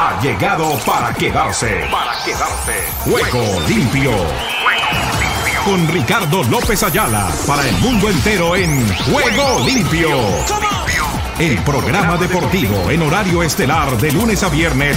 ha llegado para quedarse. Juego limpio. Con Ricardo López Ayala, para el mundo entero en Juego Limpio. El programa deportivo en horario estelar de lunes a viernes.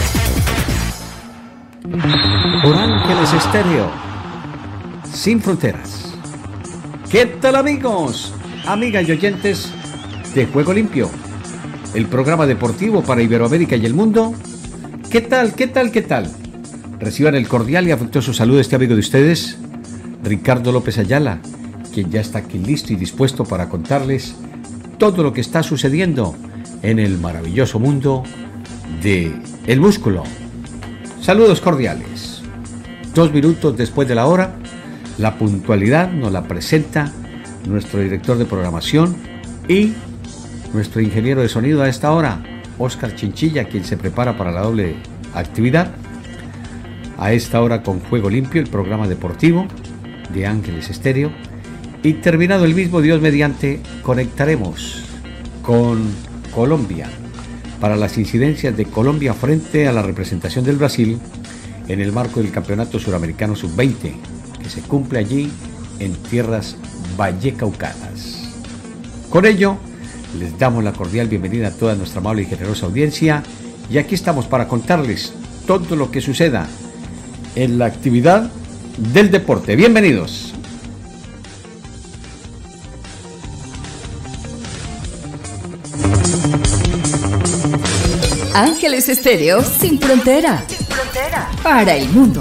Por Ángeles Estéreo, sin fronteras. ¿Qué tal, amigos, amigas y oyentes de Juego Limpio? El programa deportivo para Iberoamérica y el mundo. ¿Qué tal? Reciban el cordial y afectuoso saludo de este amigo de ustedes, Ricardo López Ayala, quien ya está aquí listo y dispuesto para contarles todo lo que está sucediendo en el maravilloso mundo de el músculo. Saludos cordiales. 2 minutos después de la hora, la puntualidad nos la presenta nuestro director de programación y nuestro ingeniero de sonido a esta hora, Oscar Chinchilla, quien se prepara para la doble actividad. A esta hora con Juego Limpio, el programa deportivo de Ángeles Estéreo. Y terminado el mismo, Dios mediante, conectaremos con Colombia para las incidencias de Colombia frente a la representación del Brasil en el marco del Campeonato Suramericano Sub-20, que se cumple allí en tierras vallecaucanas. Con ello, les damos la cordial bienvenida a toda nuestra amable y generosa audiencia, y aquí estamos para contarles todo lo que suceda en la actividad del deporte. Bienvenidos. Ángeles Estéreo sin frontera. Para el mundo.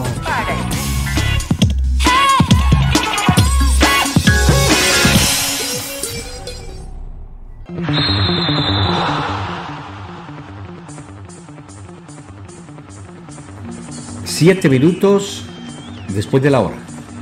7 minutos después de la hora.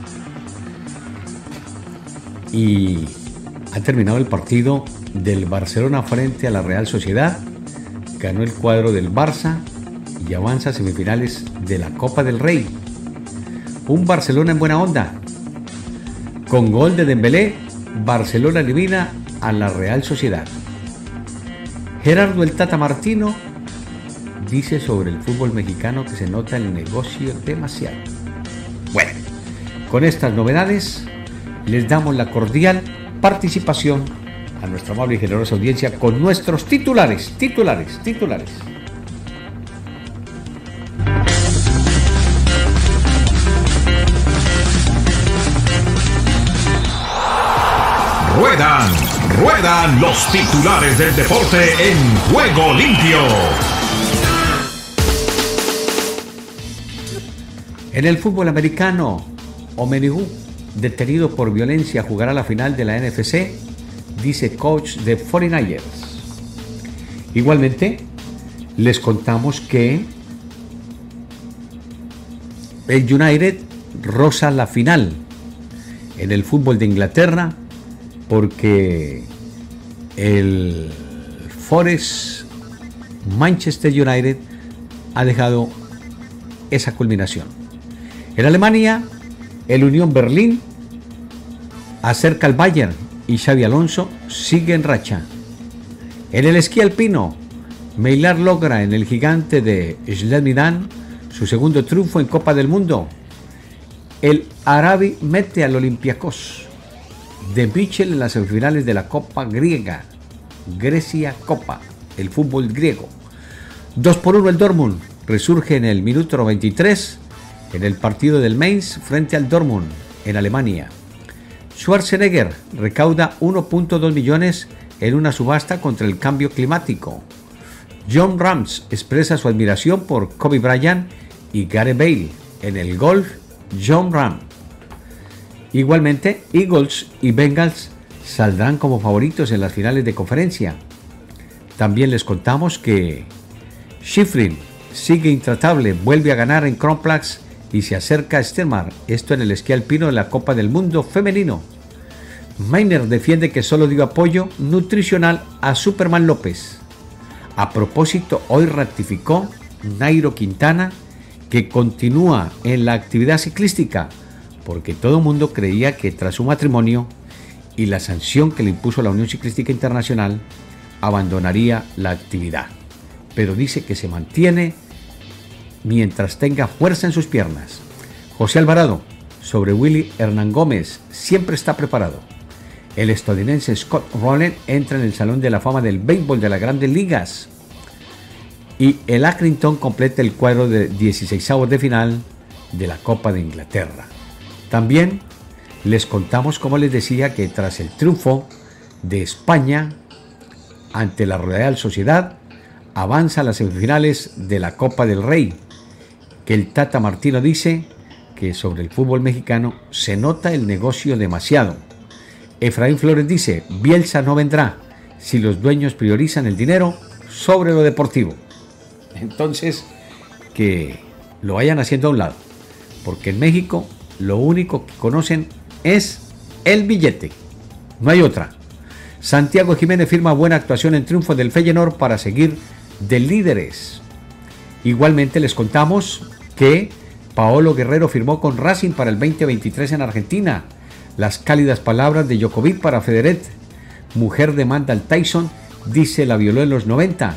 Y ha terminado el partido del Barcelona frente a la Real Sociedad. Ganó el cuadro del Barça y avanza a semifinales de la Copa del Rey. Un Barcelona en buena onda. Con gol de Dembélé, Barcelona elimina a la Real Sociedad. Gerardo el Tata Martino dice sobre el fútbol mexicano que se nota el negocio demasiado. Bueno, con estas novedades les damos la cordial participación a nuestra amable y generosa audiencia con nuestros titulares. Ruedan los titulares del deporte en Juego Limpio. En el fútbol americano, Omenihu, detenido por violencia, jugará la final de la NFC, dice coach de 49ers. Igualmente, les contamos que el United roza la final en el fútbol de Inglaterra porque el Forest Manchester United ha dejado esa culminación. En Alemania, el Unión Berlín acerca al Bayern y Xabi Alonso sigue en racha. En el esquí alpino, Meilar logra en el gigante de Schledmidan su segundo triunfo en Copa del Mundo. El Arabi mete al Olympiacos de Michel en las semifinales de la Copa griega. Grecia Copa, el fútbol griego. 2-1 el Dortmund resurge en el minuto 93 en el partido del Mainz frente al Dortmund en Alemania. Schwarzenegger recauda 1.2 millones en una subasta contra el cambio climático. John Rams expresa su admiración por Kobe Bryant y Gareth Bale en el golf. John Ram. Igualmente, Eagles y Bengals saldrán como favoritos en las finales de conferencia. También les contamos que Schifrin sigue intratable, vuelve a ganar en Kronplatz y se acerca a Stenmark, esto en el esquí alpino de la Copa del Mundo femenino. Mainer defiende que solo dio apoyo nutricional a Superman López. A propósito, hoy ratificó Nairo Quintana que continúa en la actividad ciclística, porque todo el mundo creía que tras su matrimonio y la sanción que le impuso la Unión Ciclística Internacional, abandonaría la actividad. Pero dice que se mantiene mientras tenga fuerza en sus piernas. José Alvarado, sobre Willy Hernán Gómez, siempre está preparado. El estadounidense Scott Rowland entra en el Salón de la Fama del Béisbol de las Grandes Ligas. Y el Accrington completa el cuadro de 16avos de final de la Copa de Inglaterra. También les contamos, como les decía, que tras el triunfo de España ante la Real Sociedad, avanza a las semifinales de la Copa del Rey, que el Tata Martino dice que sobre el fútbol mexicano se nota el negocio demasiado. Efraín Flores dice, Bielsa no vendrá si los dueños priorizan el dinero sobre lo deportivo. Entonces, que lo vayan haciendo a un lado, porque en México lo único que conocen es el billete, no hay otra. Santiago Jiménez firma buena actuación en triunfo del Feyenoord para seguir de líderes. Igualmente les contamos que Paolo Guerrero firmó con Racing para el 2023 en Argentina. Las cálidas palabras de Djokovic para Federer. Mujer demanda al Tyson, dice la violó en los 90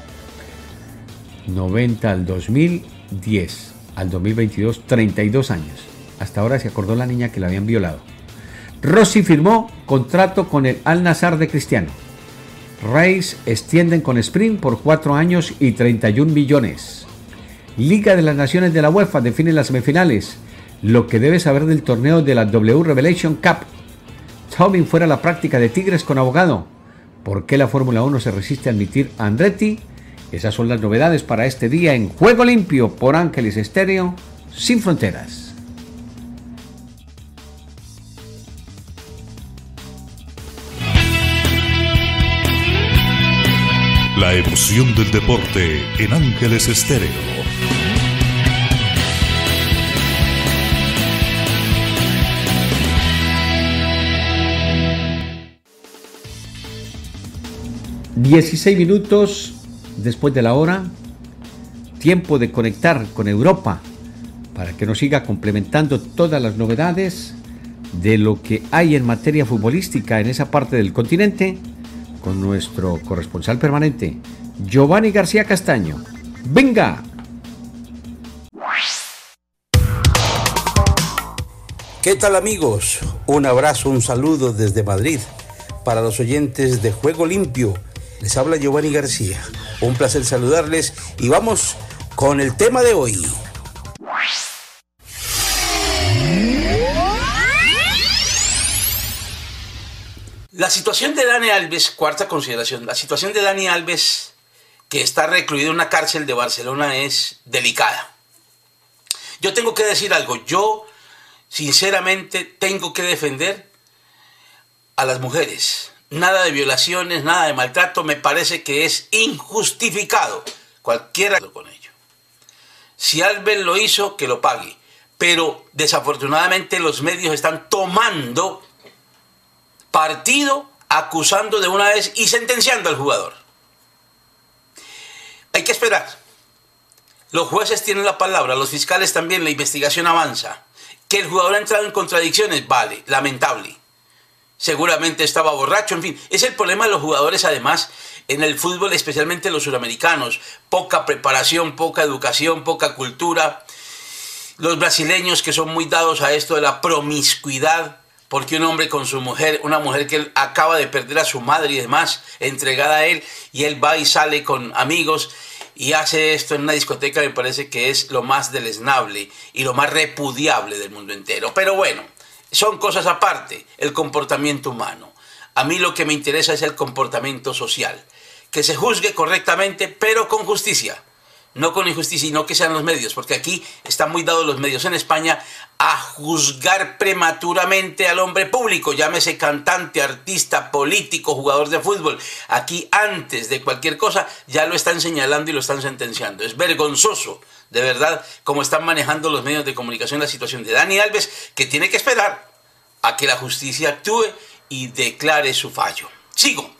al 2010, al 2022, 32 años. Hasta ahora se acordó la niña que la habían violado. Rossi firmó contrato con el Al Nassr de Cristiano. Rays extienden con Sprint por 4 años y 31 millones. Liga de las Naciones de la UEFA define las semifinales. Lo que debes saber del torneo de la W Revelation Cup. Tobin fuera a la práctica de Tigres con abogado. ¿Por qué la Fórmula 1 se resiste a admitir a Andretti? Esas son las novedades para este día en Juego Limpio por Ángeles Estéreo, sin fronteras. La emoción del deporte en Ángeles Estéreo. $16 después de la hora, tiempo de conectar con Europa para que nos siga complementando todas las novedades de lo que hay en materia futbolística en esa parte del continente con nuestro corresponsal permanente, Giovanni García Castaño. ¡Venga! ¿Qué tal, amigos? Un abrazo, un saludo desde Madrid para los oyentes de Juego Limpio. Les habla Giovanni García. Un placer saludarles y vamos con el tema de hoy. La situación de Dani Alves, cuarta consideración, la situación de Dani Alves, que está recluido en una cárcel de Barcelona, es delicada. Yo tengo que decir algo, yo sinceramente tengo que defender a las mujeres. Nada de violaciones, nada de maltrato, me parece que es injustificado cualquiera con ello. Si Alves lo hizo, que lo pague, pero desafortunadamente los medios están tomando partido, acusando de una vez y sentenciando al jugador. Hay que esperar. Los jueces tienen la palabra, los fiscales también, la investigación avanza. Que el jugador ha entrado en contradicciones, vale, lamentable. Seguramente estaba borracho, en fin. Es el problema de los jugadores, además, en el fútbol, especialmente los suramericanos. Poca preparación, poca educación, poca cultura. Los brasileños que son muy dados a esto de la promiscuidad, porque un hombre con su mujer, una mujer que él acaba de perder a su madre y demás, entregada a él, y él va y sale con amigos y hace esto en una discoteca, me parece que es lo más deleznable y lo más repudiable del mundo entero. Pero bueno, son cosas aparte, el comportamiento humano. A mí lo que me interesa es el comportamiento social. Que se juzgue correctamente, pero con justicia. No con injusticia, y no que sean los medios, porque aquí están muy dados los medios en España a juzgar prematuramente al hombre público, llámese cantante, artista, político, jugador de fútbol. Aquí antes de cualquier cosa ya lo están señalando y lo están sentenciando. Es vergonzoso, de verdad, cómo están manejando los medios de comunicación la situación de Dani Alves, que tiene que esperar a que la justicia actúe y declare su fallo. Sigo.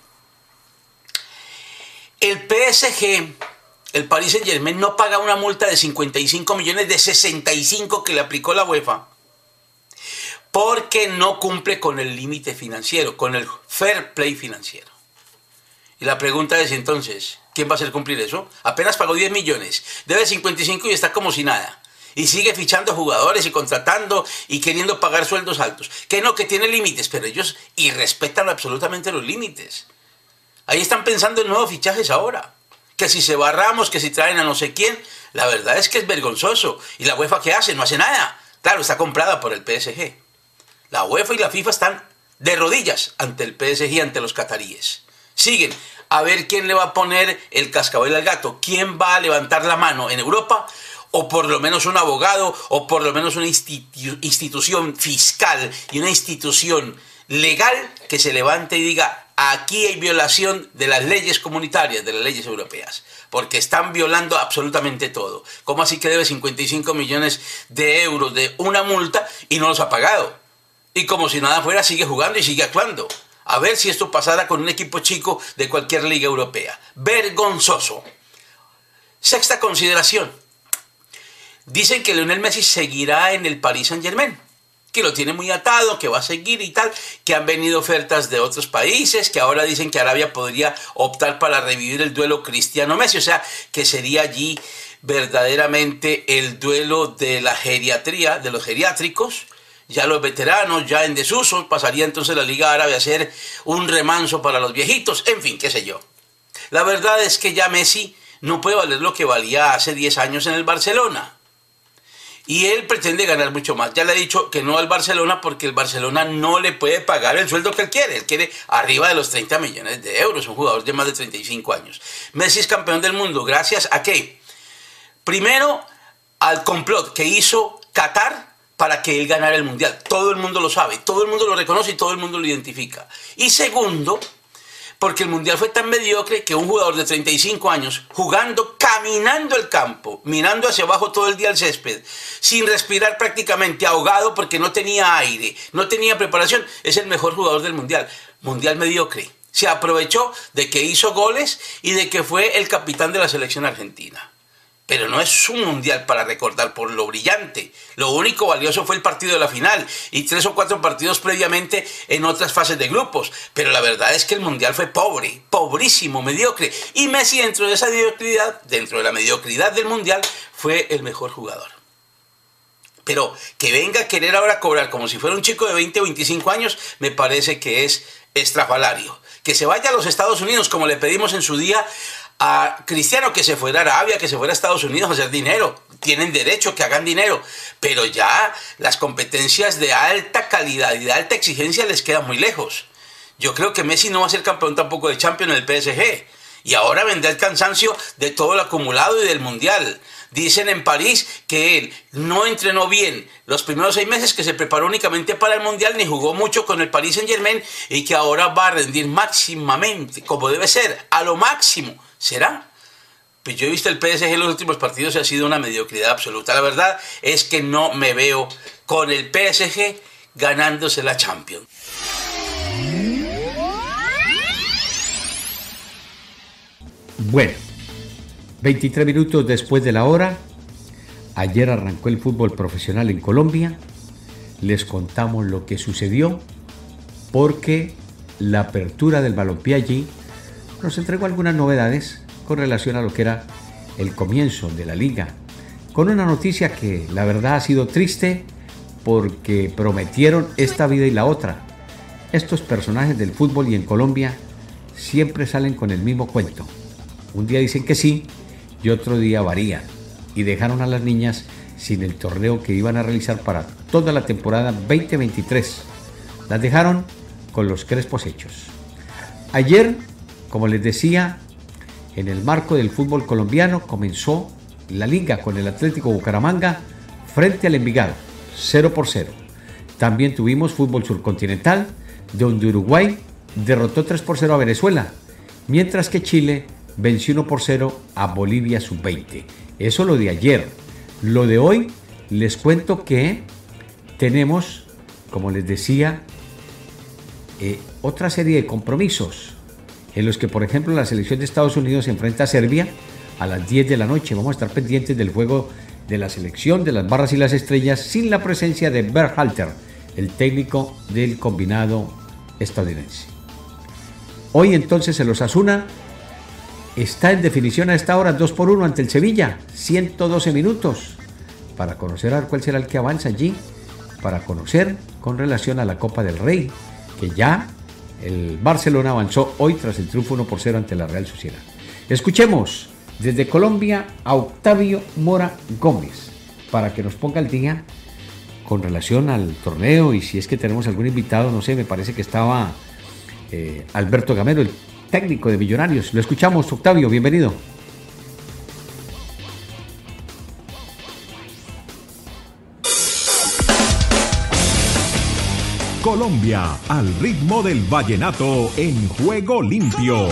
El PSG... El Paris Saint-Germain no paga una multa de 55 millones de 65 que le aplicó la UEFA porque no cumple con el límite financiero, con el fair play financiero. Y la pregunta es entonces, ¿Quién va a hacer cumplir eso? Apenas pagó 10 millones, debe 55 y está como si nada. Y sigue fichando jugadores y contratando y queriendo pagar sueldos altos. Que no, que tiene límites, pero ellos irrespetan absolutamente los límites. Ahí están pensando en nuevos fichajes ahora. Que si se va Ramos, que si traen a no sé quién. La verdad es que es vergonzoso. ¿Y la UEFA qué hace? No hace nada. Claro, está comprada por el PSG. La UEFA y la FIFA están de rodillas ante el PSG y ante los cataríes. Siguen a ver quién le va a poner el cascabel al gato. ¿Quién va a levantar la mano en Europa? O por lo menos un abogado, o por lo menos una institución fiscal y una institución legal que se levante y diga: aquí hay violación de las leyes comunitarias, de las leyes europeas, porque están violando absolutamente todo. ¿Cómo así que debe 55 millones de euros de una multa y no los ha pagado? Y como si nada fuera, sigue jugando y sigue actuando. A ver si esto pasara con un equipo chico de cualquier liga europea. Vergonzoso. Sexta consideración. Dicen que Lionel Messi seguirá en el Paris Saint-Germain, que lo tiene muy atado, que va a seguir y tal, que han venido ofertas de otros países, que ahora dicen que Arabia podría optar para revivir el duelo Cristiano-Messi, o sea, que sería allí verdaderamente el duelo de la geriatría, de los geriátricos, ya los veteranos, ya en desuso, pasaría entonces la Liga Árabe a ser un remanso para los viejitos, en fin, qué sé yo. La verdad es que ya Messi no puede valer lo que valía hace 10 años en el Barcelona. Y él pretende ganar mucho más. Ya le he dicho que no al Barcelona porque el Barcelona no le puede pagar el sueldo que él quiere. Él quiere arriba de los 30 millones de euros, un jugador de más de 35 años. Messi es campeón del mundo. ¿Gracias a qué? Primero, al complot que hizo Qatar para que él ganara el Mundial. Todo el mundo lo sabe, todo el mundo lo reconoce y todo el mundo lo identifica. Y segundo, porque el Mundial fue tan mediocre que un jugador de 35 años, jugando, caminando el campo, mirando hacia abajo todo el día el césped, sin respirar prácticamente, ahogado porque no tenía aire, no tenía preparación, es el mejor jugador del Mundial. Mundial mediocre. Se aprovechó de que hizo goles y de que fue el capitán de la selección argentina. Pero no es un mundial para recordar por lo brillante. Lo único valioso fue el partido de la final y 3 o 4 partidos previamente en otras fases de grupos. Pero la verdad es que el mundial fue pobre, pobrísimo, mediocre. Y Messi, dentro de esa mediocridad, dentro de la mediocridad del mundial, fue el mejor jugador. Pero que venga a querer ahora cobrar como si fuera un chico de 20 o 25 años, me parece que es estrafalario. Que se vaya a los Estados Unidos, como le pedimos en su día a Cristiano, que se fuera a Arabia, que se fuera a Estados Unidos a hacer dinero. Tienen derecho que hagan dinero, pero ya las competencias de alta calidad y de alta exigencia les quedan muy lejos. Yo creo que Messi no va a ser campeón tampoco de Champions en el PSG. Y ahora vendrá el cansancio de todo lo acumulado y del Mundial. Dicen en París que él no entrenó bien los primeros 6 meses, que se preparó únicamente para el Mundial, ni jugó mucho con el Paris Saint-Germain y que ahora va a rendir máximamente, como debe ser, a lo máximo. ¿Será? Pues yo he visto el PSG en los últimos partidos y ha sido una mediocridad absoluta. La verdad es que no me veo con el PSG ganándose la Champions. Bueno, 23 minutos después de la hora, ayer arrancó el fútbol profesional en Colombia. Les contamos lo que sucedió porque la apertura del balompié allí nos entregó algunas novedades con relación a lo que era el comienzo de la liga, con una noticia que la verdad ha sido triste porque prometieron esta vida y la otra. Estos personajes del fútbol y en Colombia siempre salen con el mismo cuento. Un día dicen que sí y otro día varían, y dejaron a las niñas sin el torneo que iban a realizar para toda la temporada 2023. Las dejaron con los crespos hechos. Ayer, como les decía, en el marco del fútbol colombiano comenzó la liga con el Atlético Bucaramanga frente al Envigado, 0-0. También tuvimos fútbol surcontinental, donde Uruguay derrotó 3-0 a Venezuela, mientras que Chile venció 1-0 a Bolivia sub-20. Eso lo de ayer. Lo de hoy, les cuento que tenemos, como les decía, otra serie de compromisos en los que, por ejemplo, la selección de Estados Unidos se enfrenta a Serbia a las 10 de la noche. Vamos a estar pendientes del juego de la selección de las barras y las estrellas sin la presencia de Berhalter, el técnico del combinado estadounidense. Hoy entonces el Osasuna está en definición a esta hora 2-1 ante el Sevilla, 112 minutos. Para conocer a ver cuál será el que avanza allí, para conocer con relación a la Copa del Rey, que ya el Barcelona avanzó hoy tras el triunfo 1-0 ante la Real Sociedad. Escuchemos desde Colombia a Octavio Mora Gómez para que nos ponga al día con relación al torneo y si es que tenemos algún invitado, no sé, me parece que estaba Alberto Gamero, el técnico de Millonarios. Lo escuchamos, Octavio, bienvenido. Colombia, al ritmo del vallenato en Juego Limpio.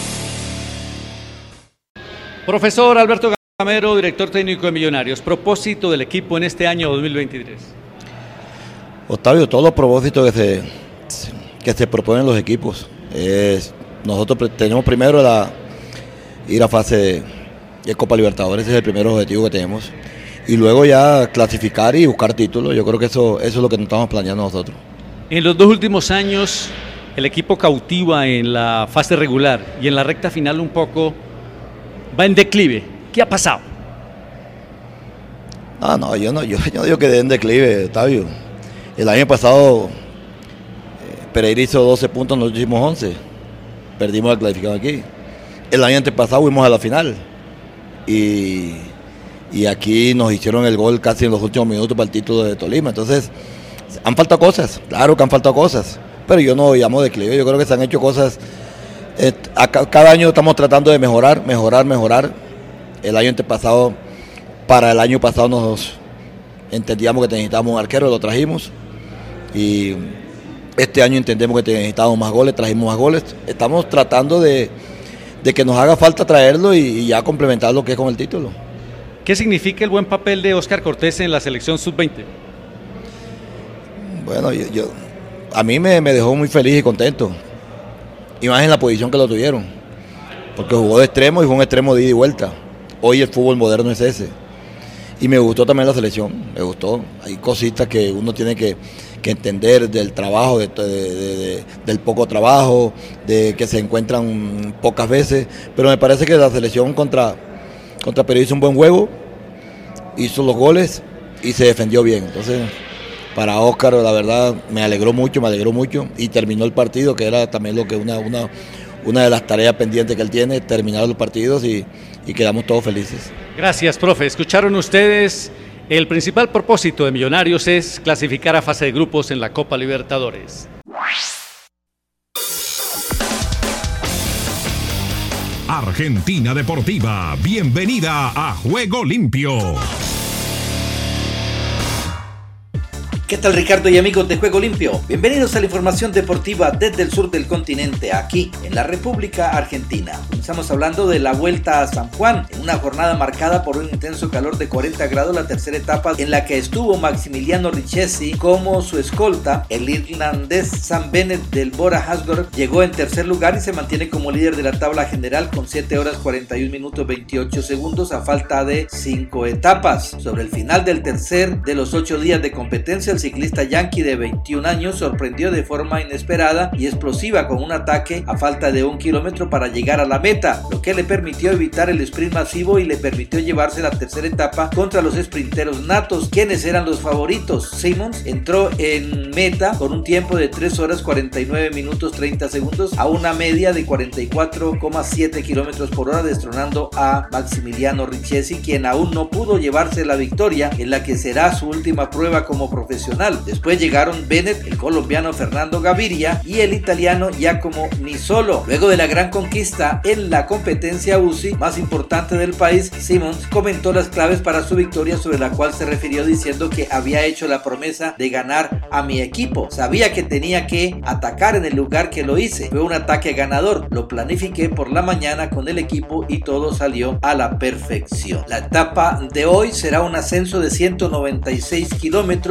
Profesor Alberto Gamero, director técnico de Millonarios, propósito del equipo en este año 2023. Octavio, todos los propósitos que se proponen los equipos. Nosotros tenemos primero ir a fase de Copa Libertadores, ese es el primer objetivo que tenemos. Y luego ya clasificar y buscar títulos. Yo creo que eso es lo que nos estamos planeando nosotros. En los 2 últimos años, el equipo cautiva en la fase regular y en la recta final un poco va en declive. ¿Qué ha pasado? Yo no digo que en declive, Octavio. El año pasado Pereira hizo 12 puntos, nosotros hicimos 11. Perdimos la clasificación aquí. El año antepasado fuimos a la final. Y aquí nos hicieron el gol casi en los últimos minutos para el título de Tolima. Entonces, han faltado cosas, claro que han faltado cosas, pero yo no llamo declive, yo creo que se han hecho cosas, cada año estamos tratando de mejorar. El año antepasado, para el año pasado nos entendíamos que necesitábamos un arquero, lo trajimos, y este año entendemos que necesitábamos más goles, trajimos más goles, estamos tratando de que nos haga falta traerlo y ya complementar lo que es con el título. ¿Qué significa el buen papel de Óscar Cortés en la selección sub-20? Bueno, a mí me dejó muy feliz y contento, y más en la posición que lo tuvieron, porque jugó de extremo y fue un extremo de ida y vuelta. Hoy el fútbol moderno es ese, y me gustó también la selección, me gustó. Hay cositas que uno tiene que entender del trabajo, del poco trabajo, de que se encuentran pocas veces, pero me parece que la selección contra Perú hizo un buen juego, hizo los goles y se defendió bien. Entonces, para Óscar, la verdad, me alegró mucho y terminó el partido, que era también lo que una de las tareas pendientes que él tiene, terminar los partidos y quedamos todos felices. Gracias, profe. Escucharon ustedes, el principal propósito de Millonarios es clasificar a fase de grupos en la Copa Libertadores. Argentina Deportiva, bienvenida a Juego Limpio. ¿Qué tal, Ricardo y amigos de Juego Limpio? Bienvenidos a la información deportiva desde el sur del continente, aquí en la República Argentina. Comenzamos hablando de la Vuelta a San Juan, en una jornada marcada por un intenso calor de 40 grados, la tercera etapa en la que estuvo Maximiliano Richesi como su escolta. El irlandés Sam Bennett del Bora Hansgrohe llegó en tercer lugar y se mantiene como líder de la tabla general con 7 horas 41 minutos 28 segundos a falta de 5 etapas. Sobre el final del tercer de los 8 días de competencia, el ciclista yanqui de 21 años sorprendió de forma inesperada y explosiva con un ataque a falta de 1 kilómetro para llegar a la meta, lo que le permitió evitar el sprint masivo y le permitió llevarse la tercera etapa contra los sprinteros natos, quienes eran los favoritos. Simmons entró en meta con un tiempo de 3 horas 49 minutos 30 segundos a una media de 44,7 kilómetros por hora, destronando a Maximiliano Richesi, quien aún no pudo llevarse la victoria en la que será su última prueba como profesional. Después llegaron Bennett, el colombiano Fernando Gaviria y el italiano Giacomo Nizzolo. Luego de la gran conquista en la competencia UCI más importante del país, Simmons comentó las claves para su victoria, sobre la cual se refirió diciendo que había hecho la promesa de ganar a mi equipo. Sabía que tenía que atacar en el lugar que lo hice. Fue un ataque ganador. Lo planifiqué por la mañana con el equipo y todo salió a la perfección. La etapa de hoy será un ascenso de 196 kilómetros que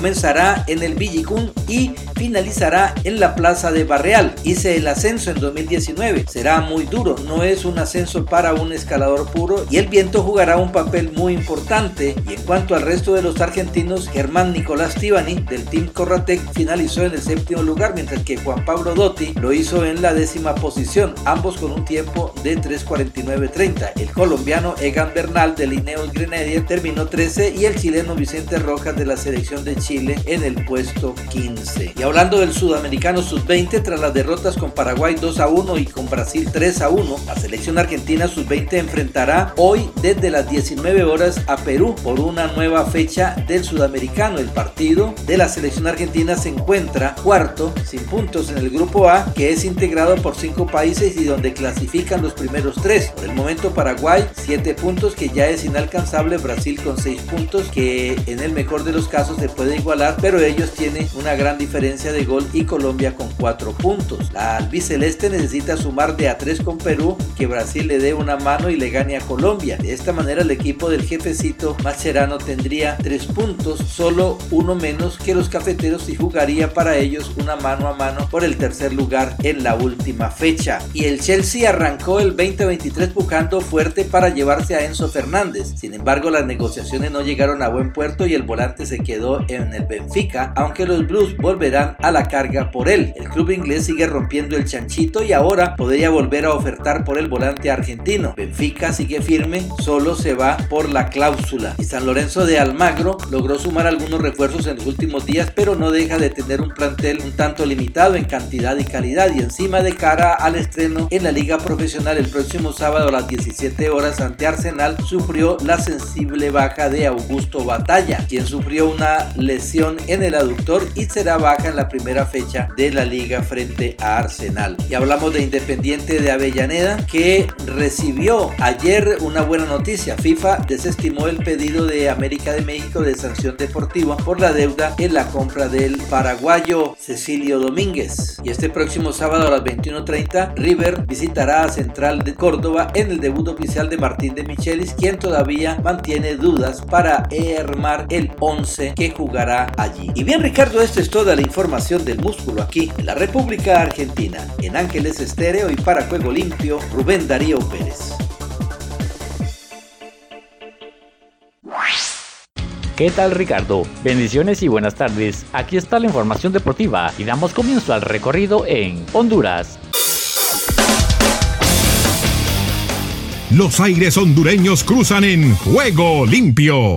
comenzará en el Villicún y finalizará en la Plaza de Barreal. Hice el ascenso en 2019, será muy duro, no es un ascenso para un escalador puro y el viento jugará un papel muy importante. Y en cuanto al resto de los argentinos, Germán Nicolás Tibani del Team Corratec finalizó en el 7º lugar, mientras que Juan Pablo Dotti lo hizo en la 10ª posición, ambos con un tiempo de 3:49:30. El colombiano Egan Bernal del Ineos Grenadier terminó 13 y el chileno Vicente Rojas de la selección de Chile en el puesto 15. Y hablando del sudamericano sub-20, tras las derrotas con Paraguay 2-1 y con Brasil 3-1, la selección argentina sub-20 enfrentará hoy desde las 19 horas a Perú por una nueva fecha del sudamericano. El partido de la selección argentina se encuentra cuarto sin puntos en el grupo A, que es integrado por 5 países y donde clasifican los primeros 3. Por el momento Paraguay 7 puntos, que ya es inalcanzable. Brasil con 6 puntos, que en el mejor de los casos se puede igualar, pero ellos tienen una gran diferencia de gol, y Colombia con 4 puntos. La albiceleste necesita sumar de a 3 con Perú, que Brasil le dé una mano y le gane a Colombia. De esta manera el equipo del jefecito Mascherano tendría 3 puntos, solo uno menos que los cafeteros, y jugaría para ellos una mano a mano por el tercer lugar en la última fecha. Y el Chelsea arrancó el 2023 buscando fuerte para llevarse a Enzo Fernández. Sin embargo, las negociaciones no llegaron a buen puerto y el volante se quedó en el Benfica, aunque los Blues volverán a la carga por él. El club inglés sigue rompiendo el chanchito y ahora podría volver a ofertar por el volante argentino. Benfica sigue firme, solo se va por la cláusula. Y San Lorenzo de Almagro logró sumar algunos refuerzos en los últimos días, pero no deja de tener un plantel un tanto limitado en cantidad y calidad, y encima de cara al estreno en la liga profesional el próximo sábado a las 17 horas ante Arsenal, sufrió la sensible baja de Augusto Batalla, quien sufrió una lesión en el aductor y será baja en la primera fecha de la liga frente a Arsenal. Y hablamos de Independiente de Avellaneda, que recibió ayer una buena noticia. FIFA desestimó el pedido de América de México de sanción deportiva por la deuda en la compra del paraguayo Cecilio Domínguez. Y este próximo sábado a las 21:30 River visitará a Central de Córdoba en el debut oficial de Martín de Michelis, quien todavía mantiene dudas para armar el 11 que jugará allí. Y bien, Ricardo, esta es toda la información del músculo aquí en la República Argentina. En Ángeles Estéreo y para Juego Limpio, Rubén Darío Pérez. ¿Qué tal, Ricardo? Bendiciones y buenas tardes. Aquí está la información deportiva y damos comienzo al recorrido en Honduras. Los aires hondureños cruzan en Juego Limpio.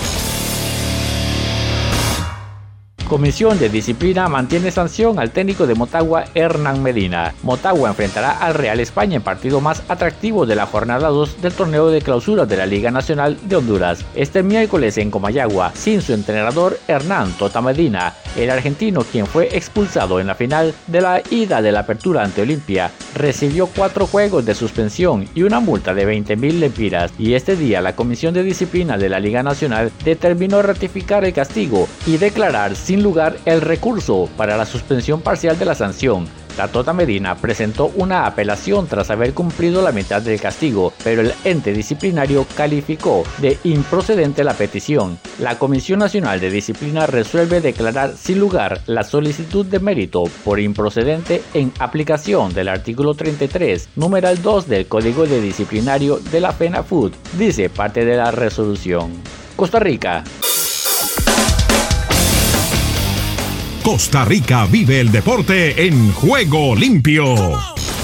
Comisión de Disciplina mantiene sanción al técnico de Motagua, Hernán Medina. Motagua enfrentará al Real España en partido más atractivo de la jornada 2 del torneo de clausura de la Liga Nacional de Honduras. Este miércoles en Comayagua, sin su entrenador Hernán Tota Medina, el argentino, quien fue expulsado en la final de la ida de la apertura ante Olimpia, recibió 4 juegos de suspensión y una multa de 20.000 lempiras. Y este día la Comisión de Disciplina de la Liga Nacional determinó ratificar el castigo y declarar sin lugar el recurso para la suspensión parcial de la sanción. La Tota Medina presentó una apelación tras haber cumplido la mitad del castigo, pero el ente disciplinario calificó de improcedente la petición. La Comisión Nacional de Disciplina resuelve declarar sin lugar la solicitud de mérito por improcedente en aplicación del artículo 33, numeral 2 del Código de Disciplinario de la FENAFUT, dice parte de la resolución. Costa Rica. Costa Rica vive el deporte en Juego Limpio.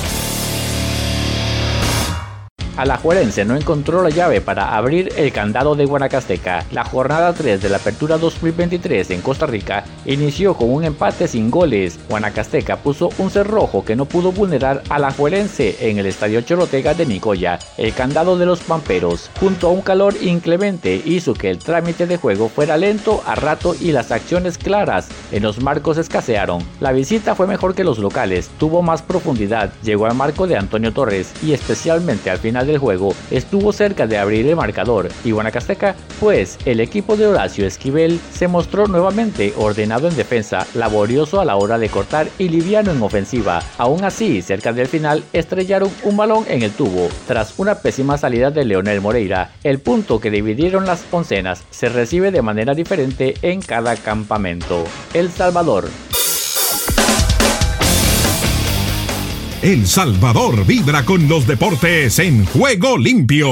Alajuelense no encontró la llave para abrir el candado de Guanacasteca. La jornada 3 de la Apertura 2023 en Costa Rica inició con un empate sin goles. Guanacasteca puso un cerrojo que no pudo vulnerar a Alajuelense en el Estadio Chorotega de Nicoya. El candado de los Pamperos, junto a un calor inclemente, hizo que el trámite de juego fuera lento a rato y las acciones claras en los marcos escasearon. La visita fue mejor que los locales, tuvo más profundidad, llegó al marco de Antonio Torres y especialmente al final final del juego estuvo cerca de abrir el marcador y Guanacasteca, pues el equipo de Horacio Esquivel se mostró nuevamente ordenado en defensa, laborioso a la hora de cortar y liviano en ofensiva. Aún así, cerca del final estrellaron un balón en el tubo tras una pésima salida de Leonel Moreira. El punto que dividieron las oncenas se recibe de manera diferente en cada campamento. El Salvador. El Salvador vibra con los deportes en Juego Limpio.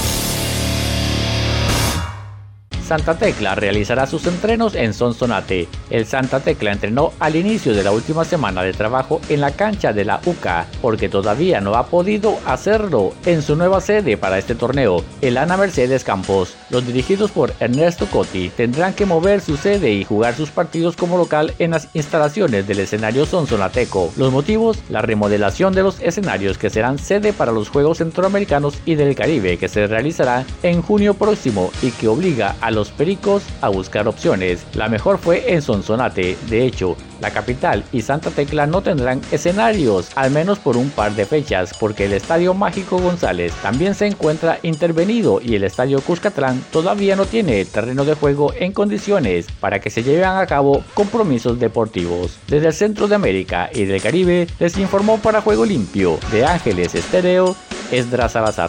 Santa Tecla realizará sus entrenos en Sonsonate. El Santa Tecla entrenó al inicio de la última semana de trabajo en la cancha de la UCA, porque todavía no ha podido hacerlo en su nueva sede para este torneo, el Ana Mercedes Campos. Los dirigidos por Ernesto Cotti tendrán que mover su sede y jugar sus partidos como local en las instalaciones del escenario sonsonateco. Los motivos: la remodelación de los escenarios que serán sede para los Juegos Centroamericanos y del Caribe, que se realizará en junio próximo y que obliga a los Pericos a buscar opciones. La mejor fue en Sonsonate. De hecho, la capital y Santa Tecla no tendrán escenarios, al menos por un par de fechas, porque el Estadio Mágico González también se encuentra intervenido y el Estadio Cuscatlán todavía no tiene terreno de juego en condiciones para que se lleven a cabo compromisos deportivos. Desde el centro de América y del Caribe, les informó para Juego Limpio de Ángeles Estéreo, Esdras Salazar.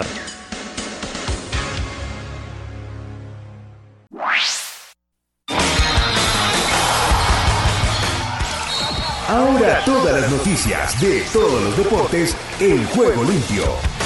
Ahora todas las noticias de todos los deportes en Juego Limpio.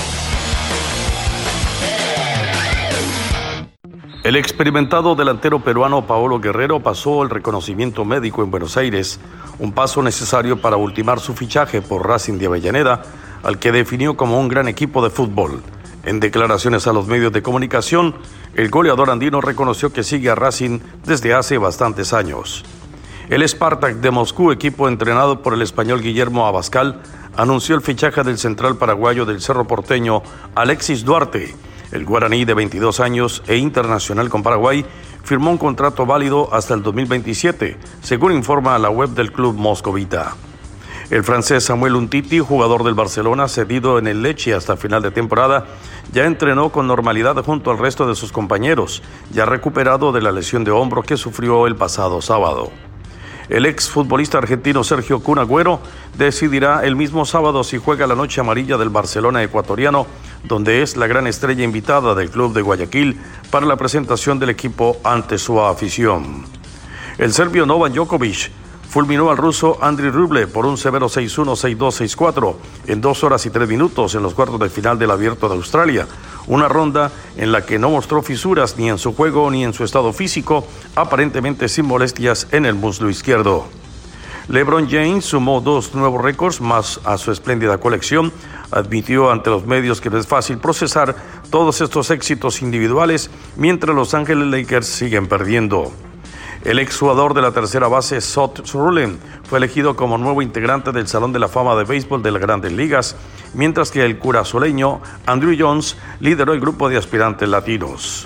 El experimentado delantero peruano Paolo Guerrero pasó el reconocimiento médico en Buenos Aires, un paso necesario para ultimar su fichaje por Racing de Avellaneda, al que definió como un gran equipo de fútbol. En declaraciones a los medios de comunicación, el goleador andino reconoció que sigue a Racing desde hace bastantes años. El Spartak de Moscú, equipo entrenado por el español Guillermo Abascal, anunció el fichaje del central paraguayo del Cerro Porteño, Alexis Duarte. El guaraní de 22 años e internacional con Paraguay firmó un contrato válido hasta el 2027, según informa la web del club moscovita. El francés Samuel Umtiti, jugador del Barcelona, cedido en el Lecce hasta final de temporada, ya entrenó con normalidad junto al resto de sus compañeros, ya recuperado de la lesión de hombro que sufrió el pasado sábado. El exfutbolista argentino Sergio Kun Agüero decidirá el mismo sábado si juega la noche amarilla del Barcelona ecuatoriano, donde es la gran estrella invitada del club de Guayaquil para la presentación del equipo ante su afición. El serbio Novak Djokovic fulminó al ruso Andriy Rublev por un severo 6-1, 6-2, 6-4 en 2 horas y 3 minutos en los cuartos de final del Abierto de Australia, una ronda en la que no mostró fisuras ni en su juego ni en su estado físico, aparentemente sin molestias en el muslo izquierdo. LeBron James sumó 2 nuevos récords más a su espléndida colección. Admitió ante los medios que no es fácil procesar todos estos éxitos individuales mientras Los Ángeles Lakers siguen perdiendo. El exjugador de la tercera base, Sot Surulin, fue elegido como nuevo integrante del Salón de la Fama de Béisbol de las Grandes Ligas, mientras que el curazoleño Andrew Jones lideró el grupo de aspirantes latinos.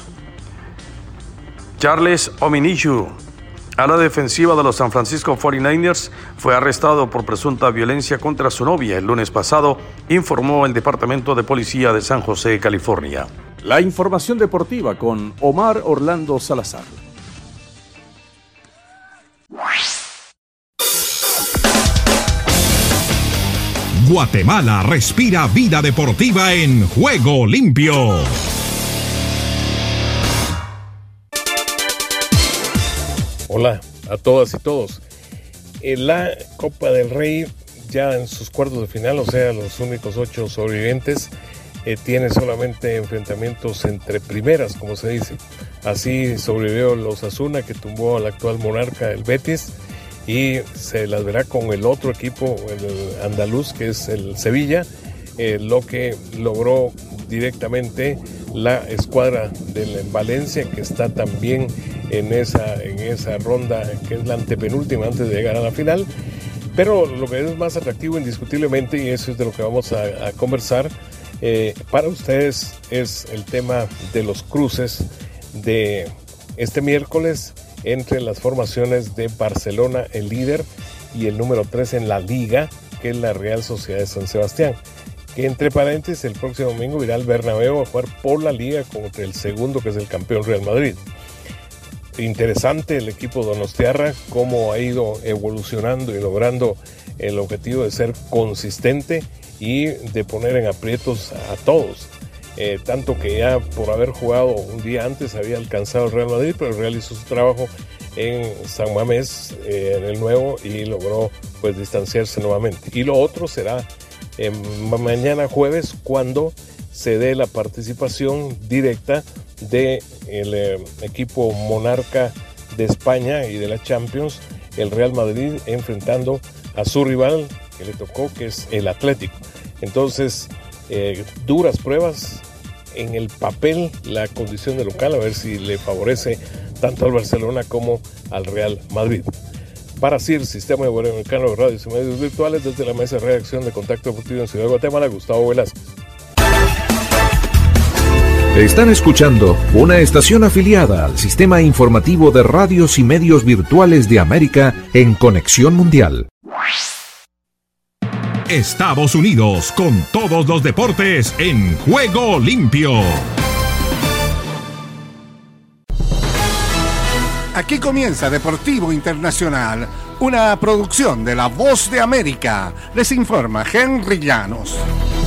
Charles Omenihu, ala defensiva de los San Francisco 49ers, fue arrestado por presunta violencia contra su novia el lunes pasado, informó el Departamento de Policía de San José, California. La información deportiva con Omar Orlando Salazar. Guatemala respira vida deportiva en Juego Limpio. Hola a todas y todos. En la Copa del Rey, ya en sus cuartos de final, o sea, los únicos 8 sobrevivientes, tiene solamente enfrentamientos entre primeras, como se dice. Así sobrevivió el Osasuna, que tumbó al actual monarca, el Betis, y se las verá con el otro equipo, el andaluz, que es el Sevilla, lo que logró directamente la escuadra del Valencia, que está también en esa ronda, que es la antepenúltima antes de llegar a la final. Pero lo que es más atractivo indiscutiblemente, y eso es de lo que vamos a conversar para ustedes, es el tema de los cruces de este miércoles entre las formaciones de Barcelona, el líder, y el número 3 en la Liga, que es la Real Sociedad de San Sebastián. que entre paréntesis el próximo domingo irá al Bernabéu a jugar por la Liga contra el segundo, que es el campeón Real Madrid. Interesante el equipo donostiarra, cómo ha ido evolucionando y logrando el objetivo de ser consistente y de poner en aprietos a todos. Tanto que ya por haber jugado un día antes había alcanzado el Real Madrid, pero el Real hizo su trabajo en San Mamés, en el nuevo, y logró pues distanciarse nuevamente. Y lo otro será mañana jueves, cuando se dé la participación directa del equipo monarca de España y de la Champions, el Real Madrid, enfrentando a su rival que le tocó, que es el Atlético. Entonces, duras pruebas en el papel, la condición de local, a ver si le favorece tanto al Barcelona como al Real Madrid. Para CIR, Sistema Iberoamericano de Radios y Medios Virtuales, desde la Mesa de Redacción de Contacto Deportivo en Ciudad de Guatemala, Gustavo Velázquez. Están escuchando una estación afiliada al Sistema Informativo de Radios y Medios Virtuales de América en Conexión Mundial. Estados Unidos, con todos los deportes en Juego Limpio. Aquí comienza Deportivo Internacional, una producción de La Voz de América. Les informa Henry Llanos.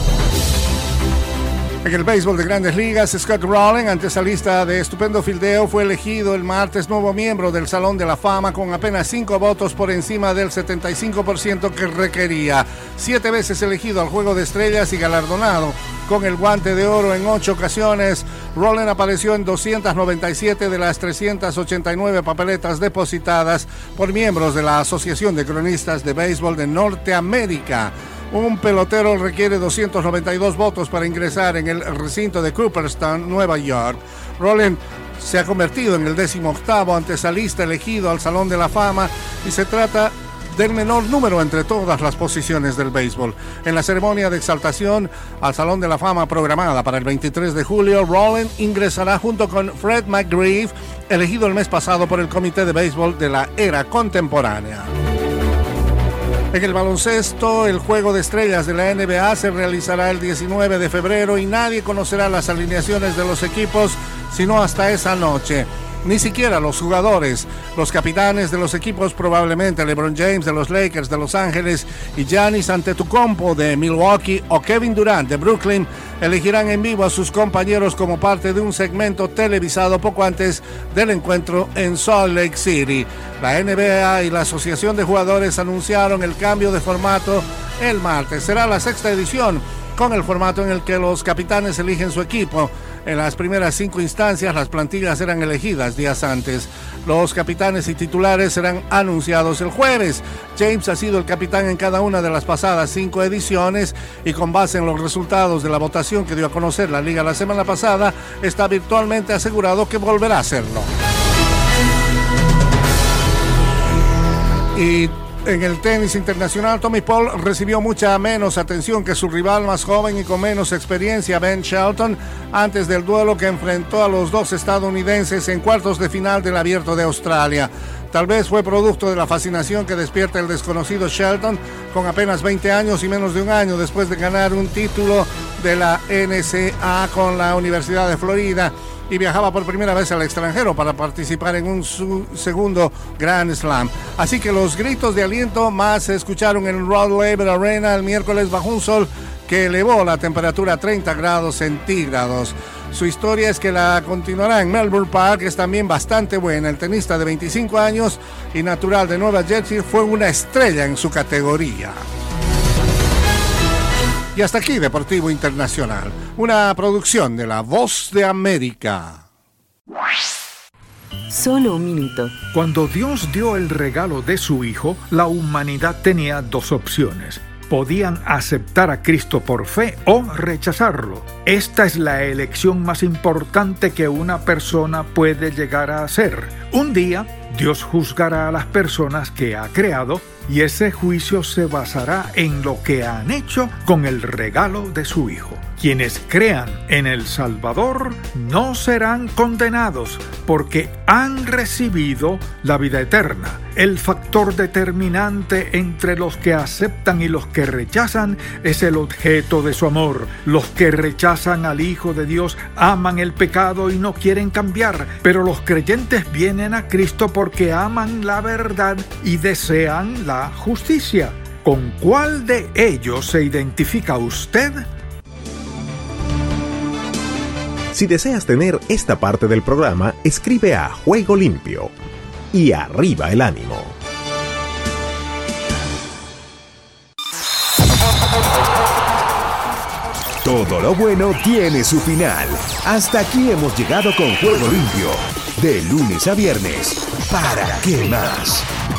En el béisbol de Grandes Ligas, Scott Rowland, antesalista de estupendo fildeo, fue elegido el martes nuevo miembro del Salón de la Fama con apenas 5 votos por encima del 75% que requería. 7 veces elegido al Juego de Estrellas y galardonado con el Guante de Oro en 8 ocasiones, Rowland apareció en 297 de las 389 papeletas depositadas por miembros de la Asociación de Cronistas de Béisbol de Norteamérica. Un pelotero requiere 292 votos para ingresar en el recinto de Cooperstown, Nueva York. Rowland se ha convertido en el 18º antesalista elegido al Salón de la Fama y se trata del menor número entre todas las posiciones del béisbol. En la ceremonia de exaltación al Salón de la Fama programada para el 23 de julio, Rowland ingresará junto con Fred McGriff, elegido el mes pasado por el Comité de Béisbol de la Era Contemporánea. En el baloncesto, el Juego de Estrellas de la NBA se realizará el 19 de febrero y nadie conocerá las alineaciones de los equipos sino hasta esa noche. Ni siquiera los jugadores. Los capitanes de los equipos, probablemente LeBron James de los Lakers de Los Ángeles y Giannis Antetokounmpo de Milwaukee o Kevin Durant de Brooklyn, elegirán en vivo a sus compañeros como parte de un segmento televisado poco antes del encuentro en Salt Lake City. La NBA y la Asociación de Jugadores anunciaron el cambio de formato el martes. Será la 6ª edición con el formato en el que los capitanes eligen su equipo. En las primeras 5 instancias, las plantillas eran elegidas días antes. Los capitanes y titulares serán anunciados el jueves. James ha sido el capitán en cada una de las pasadas 5 ediciones y con base en los resultados de la votación que dio a conocer la Liga la semana pasada, está virtualmente asegurado que volverá a hacerlo. Y en el tenis internacional, Tommy Paul recibió mucha menos atención que su rival más joven y con menos experiencia, Ben Shelton, antes del duelo que enfrentó a los dos estadounidenses en cuartos de final del Abierto de Australia. Tal vez fue producto de la fascinación que despierta el desconocido Shelton, con apenas 20 años y menos de un año después de ganar un título de la NCAA con la Universidad de Florida, y viajaba por primera vez al extranjero para participar en un segundo Grand Slam. Así que los gritos de aliento más se escucharon en el Rod Laver Arena el miércoles bajo un sol que elevó la temperatura a 30 grados centígrados. Su historia es que la continuará en Melbourne Park, es también bastante buena. El tenista de 25 años y natural de Nueva Jersey fue una estrella en su categoría. Y hasta aquí Deportivo Internacional, una producción de La Voz de América. Solo un minuto. Cuando Dios dio el regalo de su Hijo, la humanidad tenía 2 opciones. Podían aceptar a Cristo por fe o rechazarlo. Esta es la elección más importante que una persona puede llegar a hacer. Un día, Dios juzgará a las personas que ha creado y ese juicio se basará en lo que han hecho con el regalo de su Hijo. Quienes crean en el Salvador no serán condenados, porque han recibido la vida eterna. El factor determinante entre los que aceptan y los que rechazan es el objeto de su amor. Los que rechazan al Hijo de Dios aman el pecado y no quieren cambiar, pero los creyentes vienen a Cristo porque aman la verdad y desean la justicia. ¿Con cuál de ellos se identifica usted? Si deseas tener esta parte del programa, escribe a Juego Limpio. Y arriba el ánimo. Todo lo bueno tiene su final. Hasta aquí hemos llegado con Juego Limpio. De lunes a viernes. ¿Para qué más?